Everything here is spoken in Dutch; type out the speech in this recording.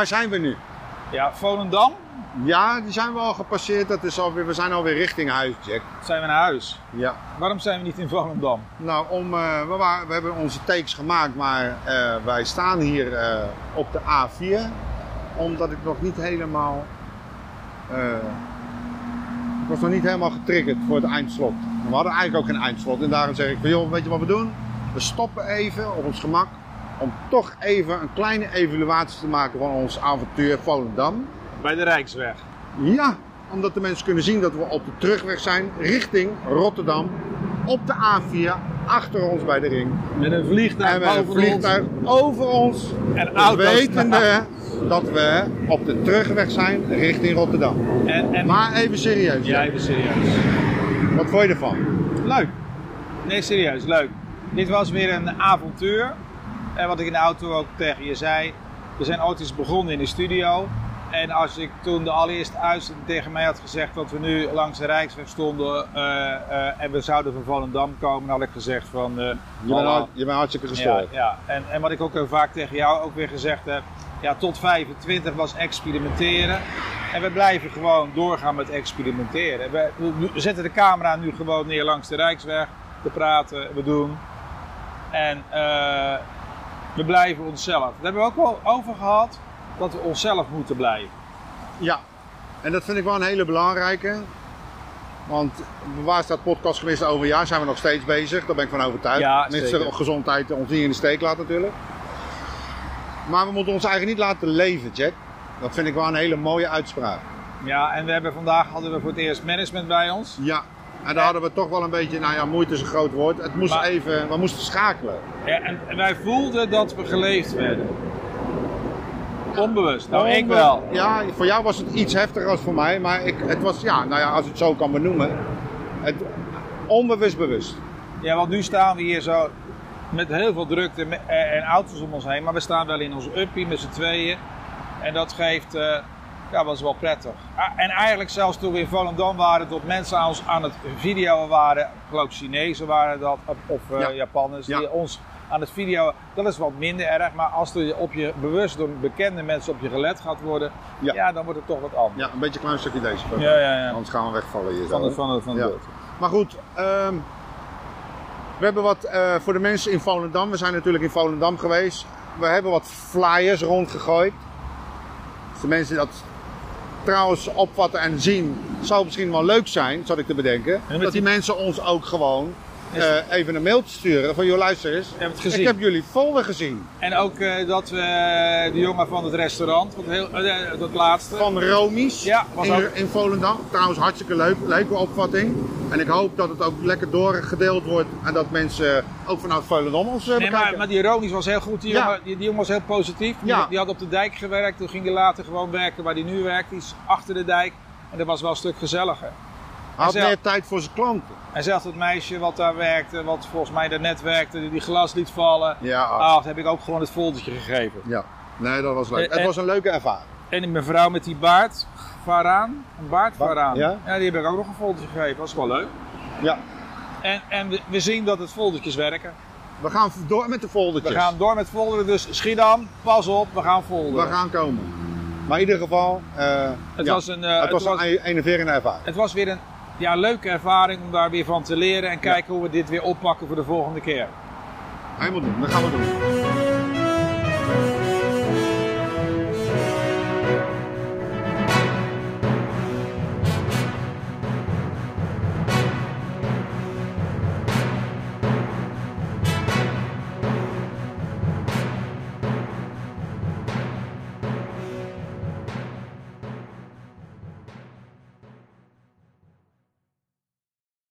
waar zijn we nu? Ja, Volendam. Ja, die zijn we al gepasseerd. We zijn alweer richting huis, Jack. Zijn we naar huis? Ja. Waarom zijn we niet in Volendam? Nou, we hebben onze takes gemaakt, maar wij staan hier op de A4. Omdat ik nog niet helemaal... ik was nog niet helemaal getriggerd voor het eindslot. We hadden eigenlijk ook geen eindslot. En daarom zeg ik van, joh, weet je wat we doen? We stoppen even op ons gemak. Om toch even een kleine evaluatie te maken van ons avontuur Volendam. Bij de Rijksweg. Ja, omdat de mensen kunnen zien dat we op de terugweg zijn richting Rotterdam. Op de A4, achter ons bij de ring. Met een vliegtuig, over ons. En auto's. Wetende dat we op de terugweg zijn richting Rotterdam. Maar even serieus. Ja, even serieus. Wat vond je ervan? Leuk. Nee, serieus, leuk. Dit was weer een avontuur. En wat ik in de auto ook tegen je zei. We zijn ooit eens begonnen in de studio. En als ik toen de allereerste uitzending tegen mij had gezegd dat we nu langs de Rijksweg stonden en we zouden van Volendam komen, dan had ik gezegd van... je bent hartstikke gestoord. Ja. En wat ik ook heel vaak tegen jou ook weer gezegd heb, ja, tot 25 was experimenteren. En we blijven gewoon doorgaan met experimenteren. We zetten de camera nu gewoon neer langs de Rijksweg, te praten, we doen. En we blijven onszelf. Daar hebben we ook wel over gehad. Dat we onszelf moeten blijven. Ja, en dat vind ik wel een hele belangrijke. Want waar staat podcast geweest over een jaar? Zijn we nog steeds bezig, daar ben ik van overtuigd. Ja, de gezondheid ons niet in de steek laat natuurlijk. Maar we moeten ons eigenlijk niet laten leven, Jack. Dat vind ik wel een hele mooie uitspraak. Ja, en hadden we voor het eerst management bij ons. Ja, en daar hadden we toch wel een beetje, nou ja, moeite is een groot woord. We moesten schakelen. Ja, en wij voelden dat we geleefd werden. Onbewust, nou ik wel. Ja, voor jou was het iets heftiger dan voor mij, maar het was, ja, nou ja, als je het zo kan benoemen, onbewust bewust. Ja, want nu staan we hier zo met heel veel drukte en auto's om ons heen, maar we staan wel in onze uppie met z'n tweeën. En dat geeft, was wel prettig. En eigenlijk zelfs toen we in Volendam waren, tot mensen aan het videoen waren, geloof ik Chinezen waren dat, of Japanners, die ons aan het video, dat is wat minder erg, maar als er bewust door bekende mensen op je gelet gaat worden, dan wordt het toch wat anders. Ja, een beetje een klein stukje deze. Ja. Anders gaan we wegvallen hier. Van het beeld. Maar goed, we hebben wat voor de mensen in Volendam, we zijn natuurlijk in Volendam geweest, we hebben wat flyers rondgegooid. Als de mensen dat trouwens opvatten en zien, zou het misschien wel leuk zijn, zat ik te bedenken, dat die mensen ons ook gewoon even een mailtje sturen van, joh, luister eens, ik heb jullie folder gezien. En ook dat we de jongen van het restaurant, dat laatste. Van Romies was in Volendam. Trouwens hartstikke leuk, leuke opvatting. En ik hoop dat het ook lekker doorgedeeld wordt en dat mensen ook vanuit Volendam ons bekijken. Maar die Romies was heel goed, die jongen was heel positief. Die had op de dijk gewerkt, toen ging hij later gewoon werken waar hij nu werkt. Die is achter de dijk en dat was wel een stuk gezelliger. Hij had meer tijd voor zijn klanten. Hij zegt het meisje wat daar werkte, wat volgens mij daarnet werkte, die glas liet vallen. Ja, dat heb ik ook gewoon het foldertje gegeven. Ja, nee, dat was leuk. Het was een leuke ervaring. En mijn vrouw met die baard, Varaan, een baard Varaan. Ja, die heb ik ook nog een foldertje gegeven, dat is wel leuk. Ja. En we zien dat het foldertjes werken. We gaan door met de foldertjes. We gaan door met folderen, dus Schiedam, pas op, we gaan folderen. We gaan komen. Maar in ieder geval, het was een enerverende ervaring. Het was weer een leuke ervaring om daar weer van te leren en kijken hoe we dit weer oppakken voor de volgende keer. Helemaal doen, dat gaan we doen.